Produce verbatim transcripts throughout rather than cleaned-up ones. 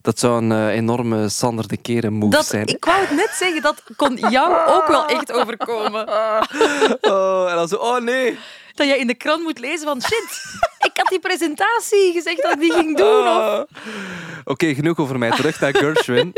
Dat zou een uh, enorme Sander de Keren move dat, zijn. Ik wou het net zeggen, dat kon jou ook wel echt overkomen. Oh, en dan zo, oh nee. Dat je in de krant moet lezen van shit, ik had die presentatie gezegd dat ik die ging doen. Of... Oké, okay, genoeg over mij. Terug naar Gershwin.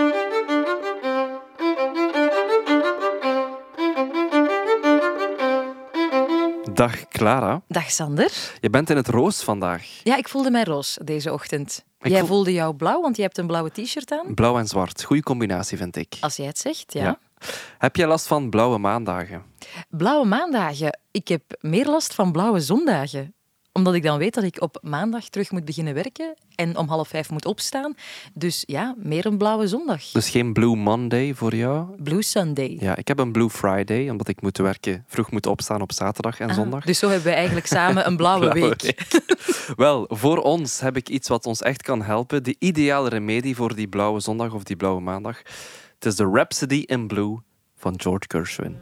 Dag Clara. Dag Sander. Je bent in het roos vandaag. Ja, ik voelde mij roos deze ochtend. Ik jij voel... voelde jou blauw, want je hebt een blauwe t-shirt aan. Blauw en zwart. Goeie combinatie, vind ik. Als jij het zegt, ja. ja. Heb jij last van blauwe maandagen? Blauwe maandagen? Ik heb meer last van blauwe zondagen. Omdat ik dan weet dat ik op maandag terug moet beginnen werken en om half vijf moet opstaan. Dus ja, meer een blauwe zondag. Dus geen Blue Monday voor jou? Blue Sunday. Ja, ik heb een Blue Friday, omdat ik moet werken, vroeg moet opstaan op zaterdag en ah, zondag. Dus zo hebben we eigenlijk samen een blauwe, blauwe week. week. Wel, voor ons heb ik iets wat ons echt kan helpen. De ideale remedie voor die blauwe zondag of die blauwe maandag. Het is de Rhapsody in Blue van George Gershwin.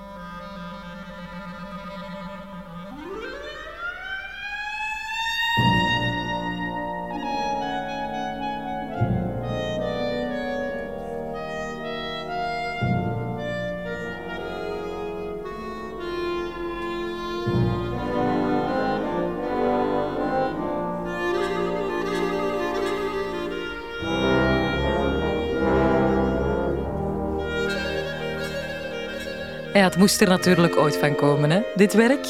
Ja, het moest er natuurlijk ooit van komen, hè? Dit werk.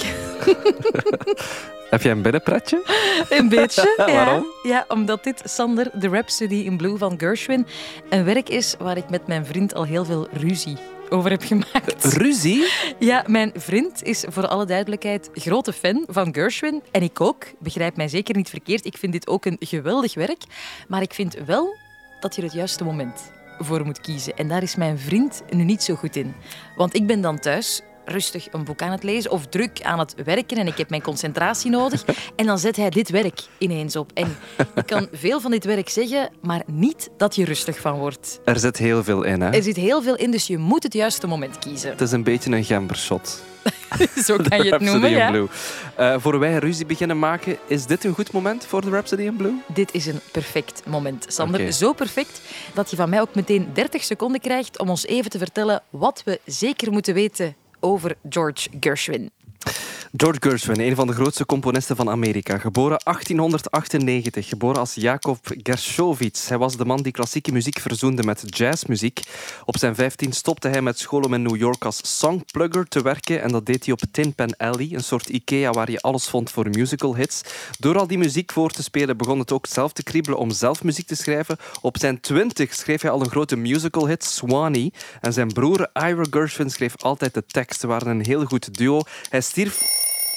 Heb jij een binnenpretje? Een beetje, ja. Waarom? Ja, omdat dit, Sander, de Rhapsody in Blue van Gershwin, een werk is waar ik met mijn vriend al heel veel ruzie over heb gemaakt. Ruzie? Ja, mijn vriend is voor alle duidelijkheid grote fan van Gershwin. En ik ook. Begrijp mij zeker niet verkeerd. Ik vind dit ook een geweldig werk. Maar ik vind wel dat je het juiste moment voor moet kiezen. En daar is mijn vriend nu niet zo goed in. Want ik ben dan thuis rustig een boek aan het lezen of druk aan het werken en ik heb mijn concentratie nodig. En dan zet hij dit werk ineens op. En ik kan veel van dit werk zeggen, maar niet dat je rustig van wordt. Er zit heel veel in, hè? Er zit heel veel in, dus je moet het juiste moment kiezen. Het is een beetje een gembershot. Zo kan je het noemen, ja. Blue. Uh, voor wij ruzie beginnen maken, is dit een goed moment voor de Rhapsody in Blue? Dit is een perfect moment, Sander. Okay. Zo perfect dat je van mij ook meteen dertig seconden krijgt om ons even te vertellen wat we zeker moeten weten over George Gershwin. George Gershwin, een van de grootste componisten van Amerika. Geboren achttienhonderdachtennegentig, geboren als Jakob Gershowitz. Hij was de man die klassieke muziek verzoende met jazzmuziek. Op zijn vijftien stopte hij met school om in New York als songplugger te werken. En dat deed hij op Tin Pan Alley, een soort Ikea waar je alles vond voor musical hits. Door al die muziek voor te spelen begon het ook zelf te kriebelen om zelf muziek te schrijven. Op zijn twintig schreef hij al een grote musical hit, Swanee. En zijn broer Ira Gershwin schreef altijd de tekst. Ze waren een heel goed duo. Hij stierf...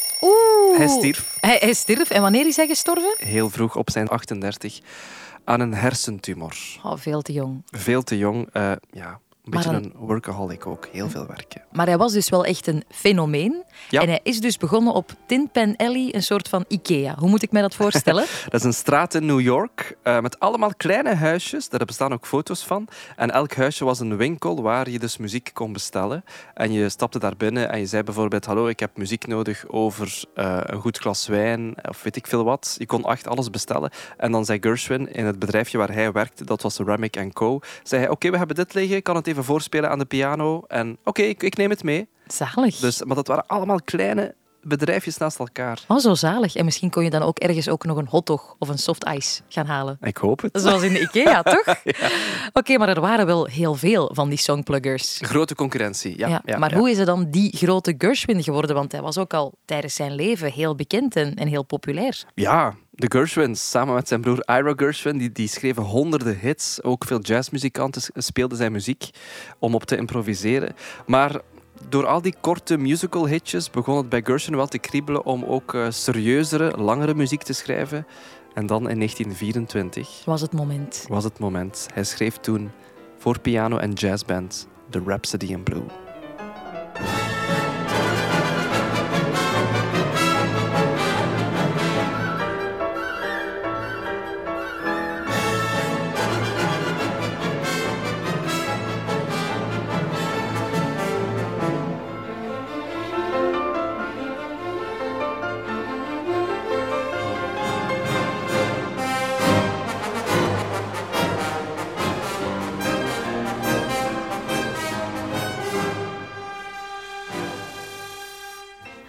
Oeh. Hij stierf. Hij, hij stierf. En wanneer is hij gestorven? Heel vroeg, op zijn achtendertig. Aan een hersentumor. Oh, veel te jong. Veel te jong. Uh, ja, een beetje dan... een workaholic ook. Heel veel werken. Maar hij was dus wel echt een fenomeen. Ja. En hij is dus begonnen op Tin Pan Alley, een soort van Ikea. Hoe moet ik mij dat voorstellen? Dat is een straat in New York uh, met allemaal kleine huisjes. Daar bestaan ook foto's van. En elk huisje was een winkel waar je dus muziek kon bestellen. En je stapte daar binnen en je zei bijvoorbeeld: hallo, ik heb muziek nodig over uh, een goed glas wijn of weet ik veel wat. Je kon echt alles bestellen. En dan zei Gershwin in het bedrijfje waar hij werkte, dat was Remick and Co, zei hij: oké, okay, we hebben dit liggen, ik kan het even voorspelen aan de piano. En oké, okay, ik, ik neem het mee. Zalig. Dus, maar dat waren allemaal kleine bedrijfjes naast elkaar. Oh, zo zalig. En misschien kon je dan ook ergens ook nog een hotdog of een soft ice gaan halen. Ik hoop het. Zoals in de Ikea, toch? Ja. Oké, okay, maar er waren wel heel veel van die songpluggers. Grote concurrentie, ja. ja, ja maar ja. hoe is hij dan die grote Gershwin geworden? Want hij was ook al tijdens zijn leven heel bekend en, en heel populair. Ja, de Gershwins, samen met zijn broer Ira Gershwin, die, die schreven honderden hits. Ook veel jazzmuzikanten speelden zijn muziek om op te improviseren. Maar door al die korte musical hitjes begon het bij Gershwin wel te kriebelen om ook uh, serieuzere, langere muziek te schrijven. En dan in negentien vierentwintig was het moment. Was het moment. Hij schreef toen voor piano en jazzband The Rhapsody in Blue.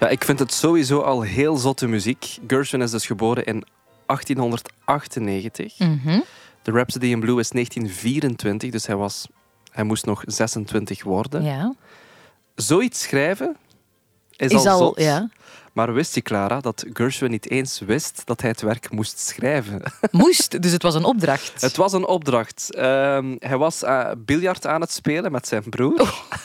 Ja, ik vind het sowieso al heel zotte muziek. Gershwin is dus geboren in achttienhonderdachtennegentig. Mm-hmm. The Rhapsody in Blue is negentien vierentwintig, dus hij, was, hij moest nog zesentwintig worden. Ja. Zoiets schrijven is, Is al, al, zot. ja. Maar wist je, Clara, dat Gershwin niet eens wist dat hij het werk moest schrijven? Moest, dus het was een opdracht. Het was een opdracht. Um, hij was uh, biljart aan het spelen met zijn broer.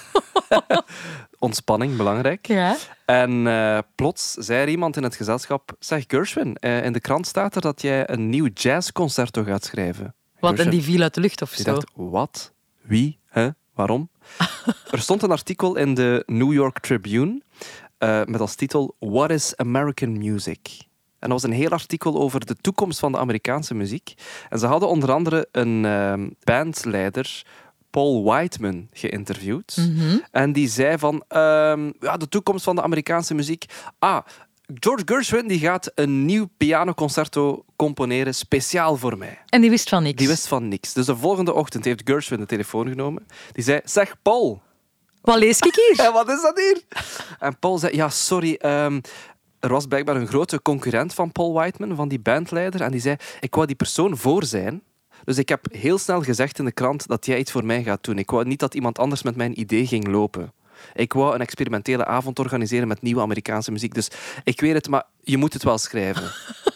Oh. Ontspanning, belangrijk. Ja. En uh, plots zei er iemand in het gezelschap... Zeg, Gershwin, uh, in de krant staat er dat jij een nieuw jazzconcerto gaat schrijven. Wat, Gershwin, en die viel uit de lucht of die zo? dacht, wat? Wie? Huh? Waarom? Er stond een artikel in de New York Tribune uh, met als titel What is American Music? En dat was een heel artikel over de toekomst van de Amerikaanse muziek. En ze hadden onder andere een uh, bandleider, Paul Whiteman, geïnterviewd. Mm-hmm. En die zei van, uh, ja, de toekomst van de Amerikaanse muziek. Ah, George Gershwin die gaat een nieuw pianoconcerto componeren, speciaal voor mij. En die wist van niks? Die wist van niks. Dus de volgende ochtend heeft Gershwin de telefoon genomen. Die zei, zeg Paul. Wat lees ik hier? Ja, wat is dat hier? En Paul zei, ja, sorry... Um, Er was blijkbaar een grote concurrent van Paul Whiteman, van die bandleider. En die zei, ik wou die persoon voor zijn. Dus ik heb heel snel gezegd in de krant dat jij iets voor mij gaat doen. Ik wou niet dat iemand anders met mijn idee ging lopen. Ik wou een experimentele avond organiseren met nieuwe Amerikaanse muziek. Dus ik weet het, maar je moet het wel schrijven.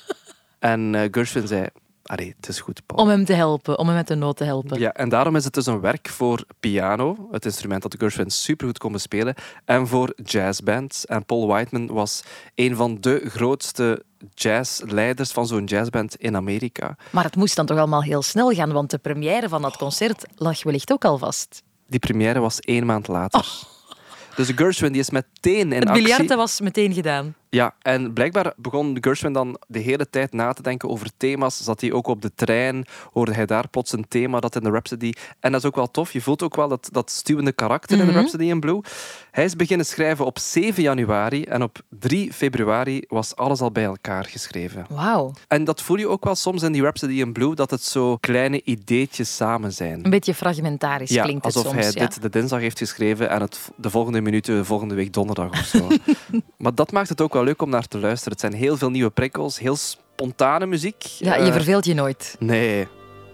En uh, Gershwin zei... Allee, het is goed, Paul. Om hem te helpen, om hem met de noot te helpen. Ja, en daarom is het dus een werk voor piano, het instrument dat Gershwin supergoed kon bespelen, en voor jazzbands. En Paul Whiteman was een van de grootste jazzleiders van zo'n jazzband in Amerika. Maar het moest dan toch allemaal heel snel gaan, want de première van dat concert lag wellicht ook al vast. Die première was één maand later. Oh. Dus Gershwin die is meteen in het actie. Het biljarten was meteen gedaan. Ja, en blijkbaar begon Gershwin dan de hele tijd na te denken over thema's. Zat hij ook op de trein, hoorde hij daar plots een thema dat in de Rhapsody... En dat is ook wel tof, je voelt ook wel dat, dat stuwende karakter mm-hmm. in de Rhapsody in Blue. Hij is beginnen schrijven op zeven januari en op drie februari was alles al bij elkaar geschreven. Wauw. En dat voel je ook wel soms in die Rhapsody in Blue, dat het zo kleine ideetjes samen zijn. Een beetje fragmentarisch ja, klinkt het soms. alsof hij ja. dit de dinsdag heeft geschreven en het de volgende minuten de volgende week donderdag of zo. Maar dat maakt het ook wel leuk om naar te luisteren. Het zijn heel veel nieuwe prikkels, heel spontane muziek. Ja, je verveelt je nooit. Nee.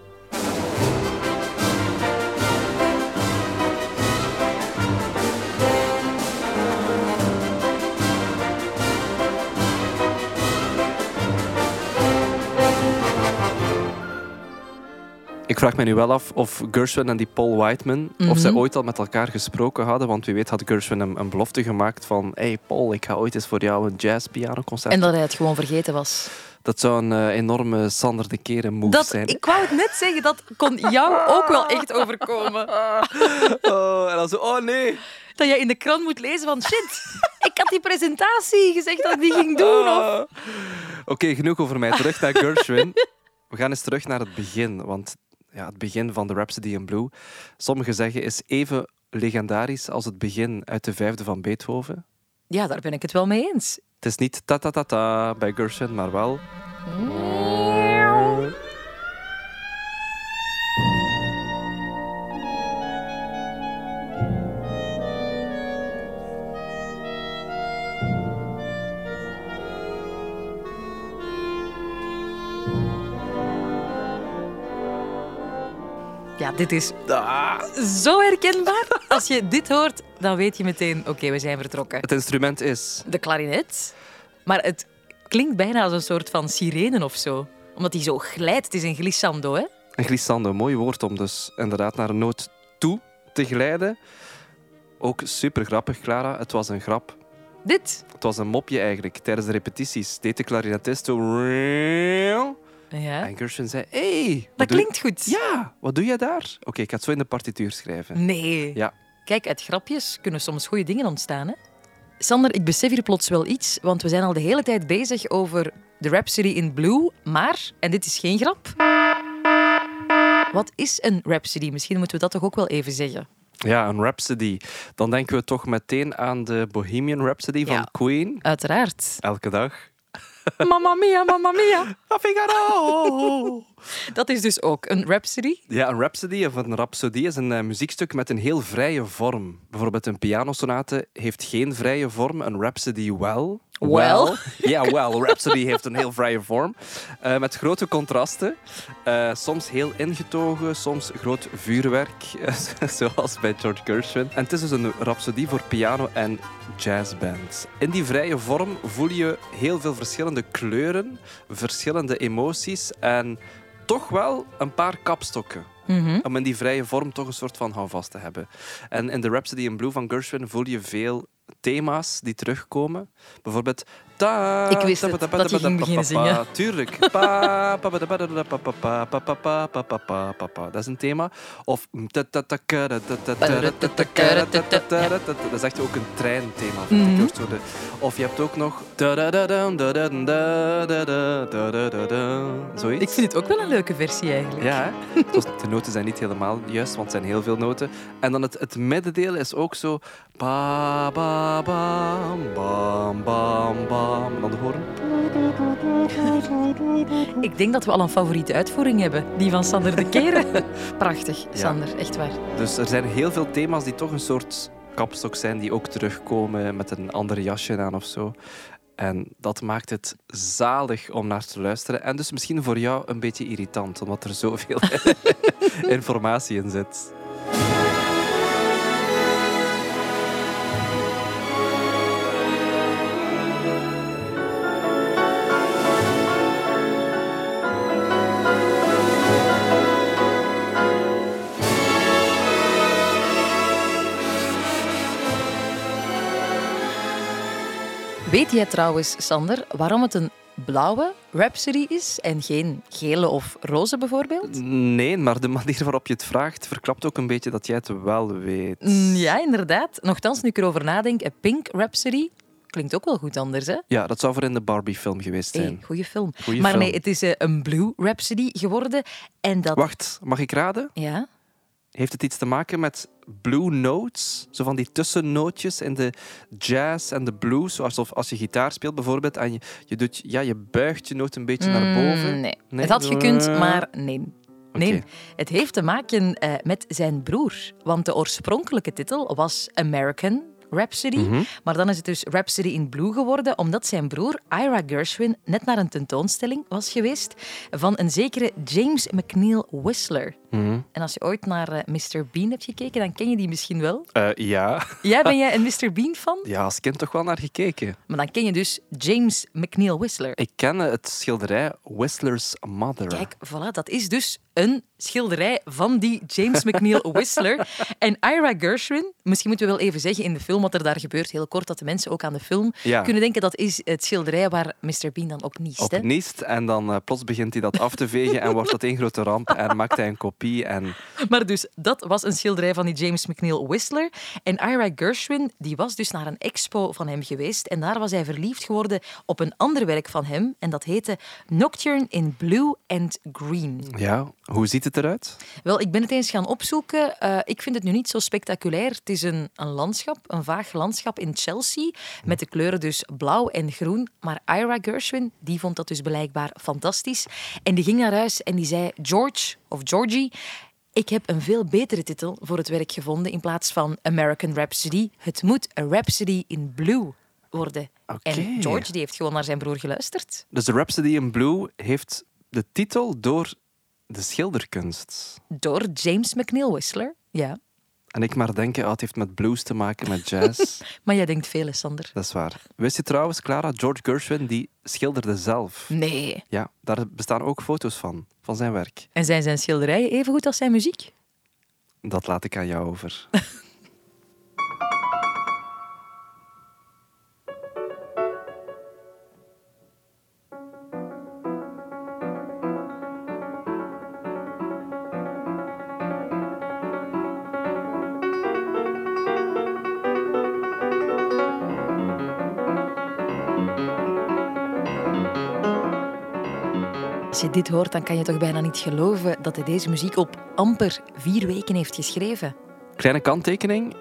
Ik vraag me nu wel af of Gershwin en die Paul Whiteman, mm-hmm. of zij ooit al met elkaar gesproken hadden, want wie weet had Gershwin een, een belofte gemaakt van hey Paul, ik ga ooit eens voor jou een jazz-pianoconcert. En dat hij het gewoon vergeten was. Dat zou een uh, enorme Sander de Keren move dat, zijn. Ik wou het net zeggen, dat kon jou ook wel echt overkomen. Oh, en dan zo, oh nee. Dat je in de krant moet lezen van shit, ik had die presentatie gezegd dat ik die ging doen. Of... Oké, okay, genoeg over mij. Terug naar Gershwin. We gaan eens terug naar het begin, want ja, het begin van de Rhapsody in Blue, sommigen zeggen, is even legendarisch als het begin uit de vijfde van Beethoven. Ja, daar ben ik het wel mee eens. Het is niet ta-ta-ta-ta bij Gershwin, maar wel... Ja, dit is zo herkenbaar. Als je dit hoort, dan weet je meteen, oké, okay, we zijn vertrokken. Het instrument is... De klarinet. Maar het klinkt bijna als een soort van sirene of zo. Omdat hij zo glijdt. Het is een glissando, hè? Een glissando, mooi woord om dus inderdaad naar een noot toe te glijden. Ook super grappig, Clara. Het was een grap. Dit? Het was een mopje eigenlijk. Tijdens de repetities deed de klarinetist zo... Ja. En Gershwin zei, hey, dat klinkt je... goed. Ja, wat doe jij daar? Oké, okay, ik ga het zo in de partituur schrijven. Nee. Ja. Kijk, uit grapjes kunnen soms goede dingen ontstaan, hè? Sander, ik besef hier plots wel iets, want we zijn al de hele tijd bezig over de Rhapsody in Blue, maar, en dit is geen grap, wat is een Rhapsody? Misschien moeten we dat toch ook wel even zeggen. Ja, een Rhapsody. Dan denken we toch meteen aan de Bohemian Rhapsody van ja, Queen. Uiteraard. Elke dag. Mamma mia, mamma mia. Figaro! Dat is dus ook een Rhapsody. Ja, een Rhapsody of een rhapsodie is een uh, muziekstuk met een heel vrije vorm. Bijvoorbeeld een pianosonate heeft geen vrije vorm, een Rhapsody wel. Wel? Ja, wel. Rhapsody heeft een heel vrije vorm. Uh, met grote contrasten. Uh, soms heel ingetogen, soms groot vuurwerk. Zoals bij George Gershwin. En het is dus een rhapsodie voor piano en jazzband. In die vrije vorm voel je heel veel verschillende kleuren, verschillende emoties en toch wel een paar kapstokken. Mm-hmm. Om in die vrije vorm toch een soort van houvast te hebben. En in de Rhapsody in Blue van Gershwin voel je veel thema's die terugkomen. Bijvoorbeeld... Ik wist het, dat je ging beginnen zingen. Tuurlijk. Dat is een thema. Of... Dat is echt ook een treinthema, vind ik. Of je hebt ook nog... Zoiets. Ik vind het ook wel een leuke versie, eigenlijk. Ja, hè? De noten zijn niet helemaal juist, want het zijn heel veel noten. En dan het, het middendeel is ook zo... Ba, ba, bam, bam, bam, bam. En dan de horen. Ik denk dat we al een favoriete uitvoering hebben. Die van Sander de Keren. Prachtig, Sander. Ja. Echt waar. Dus er zijn heel veel thema's die toch een soort kapstok zijn, die ook terugkomen met een ander jasje aan of zo. En dat maakt het zalig om naar te luisteren. En dus misschien voor jou een beetje irritant, omdat er zoveel informatie in zit. Weet jij trouwens, Sander, waarom het een blauwe Rhapsody is en geen gele of roze bijvoorbeeld? Nee, maar de manier waarop je het vraagt verklapt ook een beetje dat jij het wel weet. Ja, inderdaad. Nochtans, nu ik erover nadenk, een Pink Rhapsody klinkt ook wel goed anders, hè? Ja, dat zou voor in de Barbie-film geweest zijn. Hey, goeie film. Goeie maar film. nee, het is uh, een Blue Rhapsody geworden. En dat... Wacht, mag ik raden? Ja? Heeft het iets te maken met blue notes? Zo van die tussennootjes in de jazz en de blues. Zoals als je gitaar speelt bijvoorbeeld en je, je, doet, ja, je buigt je noot een beetje mm, naar boven. Nee. nee, het had gekund, maar nee. Nee, okay. Het heeft te maken uh, met zijn broer. Want de oorspronkelijke titel was American Rhapsody. Mm-hmm. Maar dan is het dus Rhapsody in Blue geworden, omdat zijn broer Ira Gershwin net naar een tentoonstelling was geweest van een zekere James McNeill Whistler. Mm-hmm. En als je ooit naar uh, mister Bean hebt gekeken, dan ken je die misschien wel. Uh, ja. Ja, ben jij een mister Bean-fan? Ja, als kind toch wel naar gekeken. Maar dan ken je dus James McNeill Whistler. Ik ken het schilderij Whistler's Mother. Kijk, voilà, dat is dus een schilderij van die James McNeill Whistler. En Ira Gershwin, misschien moeten we wel even zeggen in de film wat er daar gebeurt, heel kort, dat de mensen ook aan de film ja. kunnen denken dat is het schilderij waar mister Bean dan op niest. Op niest en dan uh, plots begint hij dat af te vegen en wordt dat één grote ramp en maakt hij een kopie. En... Maar dus, dat was een schilderij van die James McNeill Whistler. En Ira Gershwin, die was dus naar een expo van hem geweest en daar was hij verliefd geworden op een ander werk van hem en dat heette Nocturne in Blue and Green. Ja, hoe ziet het eruit? Wel, ik ben het eens gaan opzoeken. Uh, ik vind het nu niet zo spectaculair. Het is een, een landschap, een vaag landschap in Chelsea, met de kleuren dus blauw en groen. Maar Ira Gershwin, die vond dat dus blijkbaar fantastisch. En die ging naar huis en die zei, George of Georgie, ik heb een veel betere titel voor het werk gevonden in plaats van American Rhapsody. Het moet A Rhapsody in Blue worden. Okay. En George die heeft gewoon naar zijn broer geluisterd. Dus de Rhapsody in Blue heeft de titel door de schilderkunst. Door James McNeill Whistler, ja. En ik maar denken, oh, het heeft met blues te maken, met jazz. Maar jij denkt veel, Sander. Dat is waar. Wist je trouwens, Clara, George Gershwin, die schilderde zelf. Nee. Ja, daar bestaan ook foto's van, van zijn werk. En zijn zijn schilderijen even goed als zijn muziek? Dat laat ik aan jou over. Als je dit hoort, dan kan je toch bijna niet geloven dat hij deze muziek op amper vier weken heeft geschreven. Kleine kanttekening.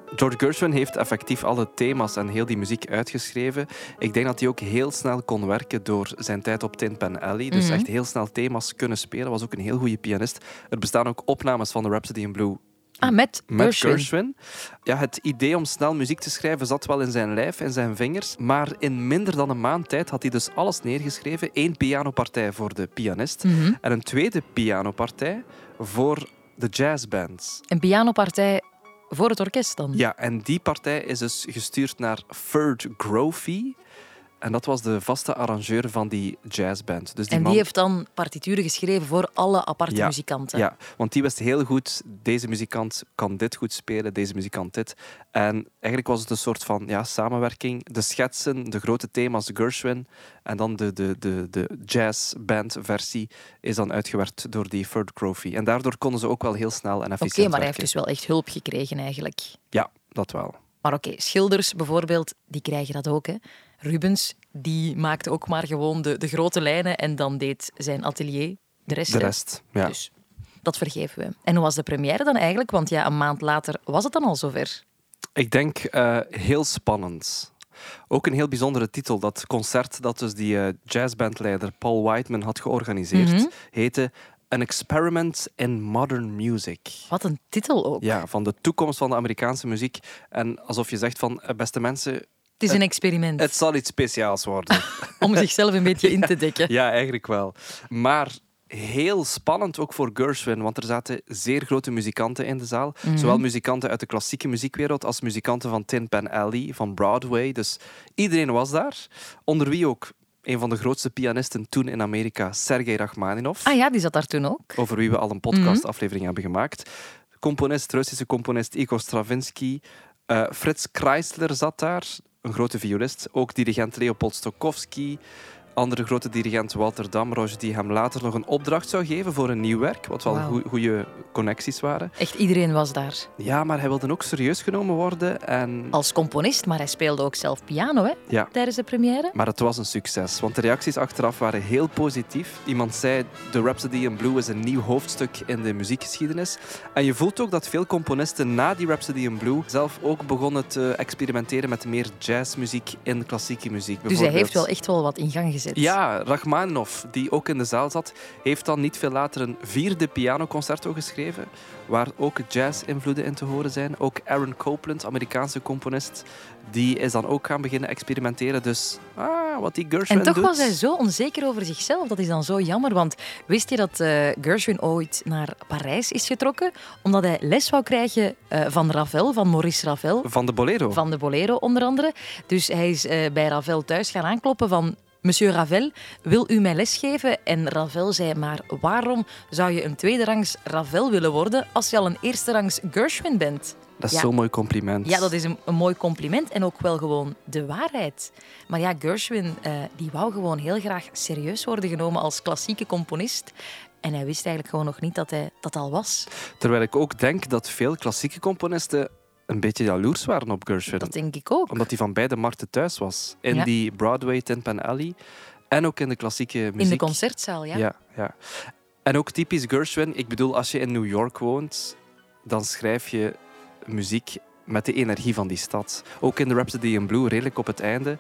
George Gershwin heeft effectief alle thema's en heel die muziek uitgeschreven. Ik denk dat hij ook heel snel kon werken door zijn tijd op Tin Pan Alley. Dus Mm-hmm. echt heel snel thema's kunnen spelen. Was ook een heel goede pianist. Er bestaan ook opnames van de Rhapsody in Blue Ah, met, met Gershwin. Gershwin. Ja, het idee om snel muziek te schrijven zat wel in zijn lijf, in zijn vingers. Maar in minder dan een maand tijd had hij dus alles neergeschreven. Eén pianopartij voor de pianist Mm-hmm. en een tweede pianopartij voor de jazzbands. Een pianopartij voor het orkest dan? Ja, en die partij is dus gestuurd naar Ferd Grovey. En dat was de vaste arrangeur van die jazzband. Dus die En die man... heeft dan partituren geschreven voor alle aparte Ja, muzikanten. Ja, want die wist heel goed, deze muzikant kan dit goed spelen, deze muzikant dit. En eigenlijk was het een soort van ja, samenwerking. De schetsen, de grote thema's Gershwin en dan de, de, de, de jazzbandversie is dan uitgewerkt door die Ferd Grovey. En daardoor konden ze ook wel heel snel en Oké, efficiënt maar hij heeft werken. dus wel echt hulp gekregen eigenlijk. Ja, dat wel. Maar oké, schilders bijvoorbeeld, die krijgen dat ook. Hè. Rubens, die maakte ook maar gewoon de, de grote lijnen en dan deed zijn atelier de rest. De hè. rest, ja. Dus dat vergeven we. En hoe was de première dan eigenlijk? Want ja, een maand later was het dan al zover. Ik denk uh, heel spannend. Ook een heel bijzondere titel. Dat concert dat dus die uh, jazzbandleider Paul Whiteman had georganiseerd, Mhm. heette An Experiment in Modern Music. Wat een titel ook. Ja, van de toekomst van de Amerikaanse muziek. En alsof je zegt van, uh, beste mensen, Het is een experiment het zal iets speciaals worden. om zichzelf een beetje in te dekken. Ja, eigenlijk wel. Maar heel spannend ook voor Gershwin, want er zaten zeer grote muzikanten in de zaal. Mhm. Zowel muzikanten uit de klassieke muziekwereld als muzikanten van Tin Pan Alley, van Broadway. Dus iedereen was daar. Onder wie ook een van de grootste pianisten toen in Amerika, Sergei Rachmaninov. Ah ja, die zat daar toen ook. Over wie we al een podcastaflevering hebben gemaakt. Componist, Russische componist Igor Stravinsky. Uh, Frits Kreisler zat daar, een grote violist. Ook dirigent Leopold Stokowski. Andere grote dirigent Walter Damrosch, die hem later nog een opdracht zou geven voor een nieuw werk, wat wel Wauw. goede connecties waren. Echt iedereen was daar. Ja, maar hij wilde ook serieus genomen worden. En... Als componist, maar hij speelde ook zelf piano hè, Ja. tijdens de première. Maar het was een succes, want de reacties achteraf waren heel positief. Iemand zei, The Rhapsody in Blue is een nieuw hoofdstuk in de muziekgeschiedenis. En je voelt ook dat veel componisten na die Rhapsody in Blue zelf ook begonnen te experimenteren met meer jazzmuziek in klassieke muziek. Dus hij heeft wel echt wel wat in gang gezet. Ja, Rachmaninoff, die ook in de zaal zat, heeft dan niet veel later een vierde pianoconcerto geschreven, waar ook jazz-invloeden in te horen zijn. Ook Aaron Copland, Amerikaanse componist, die is dan ook gaan beginnen experimenteren. Dus ah, wat die Gershwin En toch doet... was hij zo onzeker over zichzelf. Dat is dan zo jammer. Want wist je dat uh, Gershwin ooit naar Parijs is getrokken? Omdat hij les wou krijgen uh, van Ravel, van Maurice Ravel. Van de Bolero. Van de Bolero, onder andere. Dus hij is uh, bij Ravel thuis gaan aankloppen van... Monsieur Ravel, wil u mij lesgeven? En Ravel zei, maar waarom zou je een tweederangs Ravel willen worden als je al een eersterangs Gershwin bent? Dat is Ja. zo'n mooi compliment. Ja, dat is een, een mooi compliment en ook wel gewoon de waarheid. Maar ja, Gershwin uh, die wou gewoon heel graag serieus worden genomen als klassieke componist. En hij wist eigenlijk gewoon nog niet dat hij dat al was. Terwijl ik ook denk dat veel klassieke componisten een beetje jaloers waren op Gershwin. Dat denk ik ook. Omdat hij van beide markten thuis was. In Ja. die Broadway, Tin Pan Alley en ook in de klassieke muziek. In de concertzaal, ja. Ja, ja. En ook typisch Gershwin. Ik bedoel, als je in New York woont, dan schrijf je muziek met de energie van die stad. Ook in de Rhapsody in Blue, redelijk op het einde.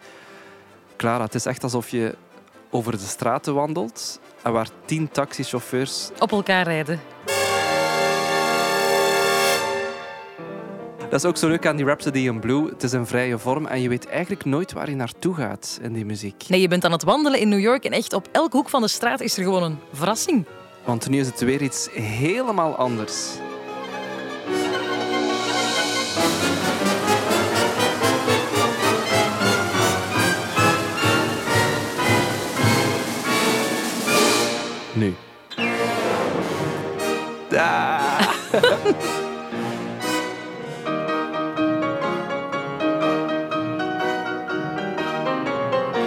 Clara, het is echt alsof je over de straten wandelt en waar tien taxichauffeurs... Op elkaar rijden. Dat is ook zo leuk aan die Rhapsody in Blue. Het is een vrije vorm en je weet eigenlijk nooit waar je naartoe gaat in die muziek. Nee, je bent aan het wandelen in New York en echt op elke hoek van de straat is er gewoon een verrassing. Want nu is het weer iets helemaal anders. Nu. Ah.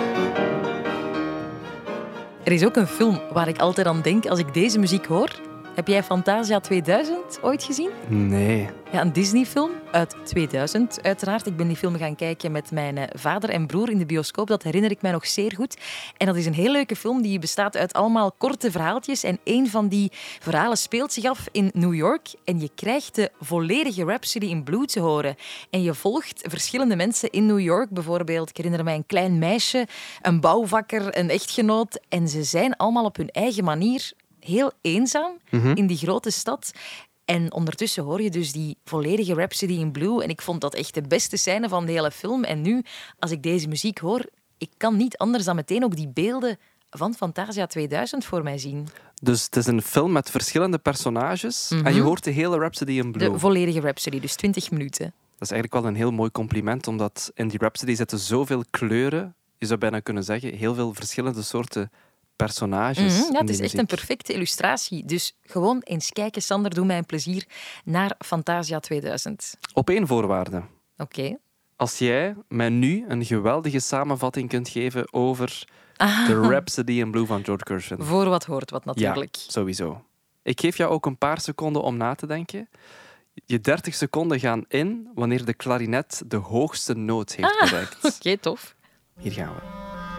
Er is ook een film waar ik altijd aan denk als ik deze muziek hoor. Heb jij Fantasia tweeduizend ooit gezien? Nee. Ja, een Disney-film uit tweeduizend, uiteraard. Ik ben die film gaan kijken met mijn eh, vader en broer in de bioscoop. Dat herinner ik mij nog zeer goed. En dat is een heel leuke film die bestaat uit allemaal korte verhaaltjes. En één van die verhalen speelt zich af in New York. En je krijgt de volledige Rhapsody in Blue te horen. En je volgt verschillende mensen in New York. Bijvoorbeeld, ik herinner mij een klein meisje, een bouwvakker, een echtgenoot. En ze zijn allemaal op hun eigen manier heel eenzaam mm-hmm. in die grote stad. En ondertussen hoor je dus die volledige Rhapsody in Blue. En ik vond dat echt de beste scène van de hele film. En nu, als ik deze muziek hoor, ik kan niet anders dan meteen ook die beelden van Fantasia tweeduizend voor mij zien. Dus het is een film met verschillende personages mm-hmm. en je hoort de hele Rhapsody in Blue. De volledige Rhapsody, dus twintig minuten. Dat is eigenlijk wel een heel mooi compliment, omdat in die Rhapsody zitten zoveel kleuren. Je zou bijna kunnen zeggen, heel veel verschillende soorten personages. Mm-hmm, ja, het is echt een perfecte illustratie. Dus gewoon eens kijken, Sander, doe mij een plezier, naar Fantasia tweeduizend. Op één voorwaarde. Oké. Okay. Als jij mij nu een geweldige samenvatting kunt geven over ah. de Rhapsody in Blue van George Gershwin. Voor wat hoort wat, natuurlijk. Ja, sowieso. Ik geef jou ook een paar seconden om na te denken. Je dertig seconden gaan in wanneer de klarinet de hoogste noot heeft ah, bereikt. Oké, okay, tof. Hier gaan we.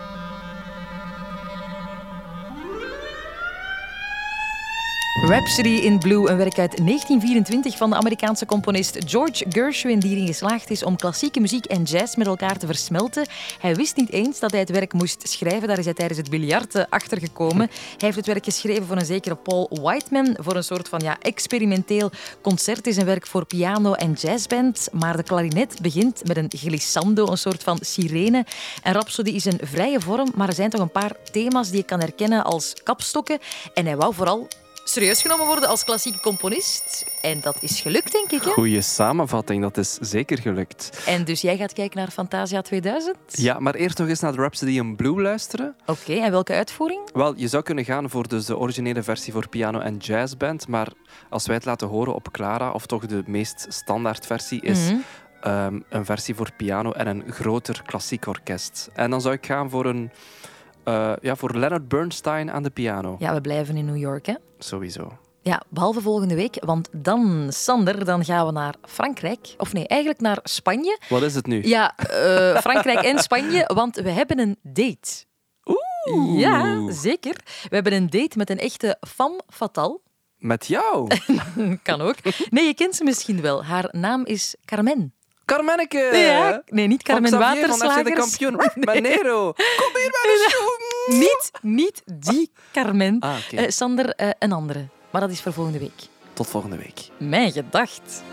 Rhapsody in Blue, een werk uit negentien vierentwintig van de Amerikaanse componist George Gershwin, die erin geslaagd is om klassieke muziek en jazz met elkaar te versmelten. Hij wist niet eens dat hij het werk moest schrijven. Daar is hij tijdens het biljart achtergekomen. Hij heeft het werk geschreven voor een zekere Paul Whiteman, voor een soort van ja, experimenteel concert. Het is een werk voor piano en jazzband, maar de klarinet begint met een glissando, een soort van sirene. En Rhapsody is een vrije vorm, maar er zijn toch een paar thema's die je kan herkennen als kapstokken. En hij wou vooral serieus genomen worden als klassieke componist. En dat is gelukt, denk ik. Hè? Goeie samenvatting, dat is zeker gelukt. En dus jij gaat kijken naar Fantasia tweeduizend? Ja, maar eerst nog eens naar de Rhapsody in Blue luisteren. Oké, okay, en welke uitvoering? Wel, je zou kunnen gaan voor dus de originele versie voor piano en jazzband, maar als wij het laten horen op Clara, of toch de meest standaard versie, is mm-hmm. um, een versie voor piano en een groter klassiek orkest. En dan zou ik gaan voor een... Uh, ja, voor Leonard Bernstein aan de piano. Ja, we blijven in New York, hè? Sowieso. Ja, behalve volgende week, want dan, Sander, dan gaan we naar Frankrijk. Of nee, eigenlijk naar Spanje. Wat is het nu? Ja, uh, Frankrijk en Spanje, want we hebben een date. Oeh! Ja, zeker. We hebben een date met een echte femme fatale. Met jou? Kan ook. Nee, je kent ze misschien wel. Haar naam is Carmen. Carmenneke! Ja, nee, niet Carmen Waterslagers. Van de kampioen. Nee. Manero. Kom hier bij de show. Niet, niet die Carmen. Ah, okay. uh, Sander, uh, een andere. Maar dat is voor volgende week. Tot volgende week. Mijn gedacht.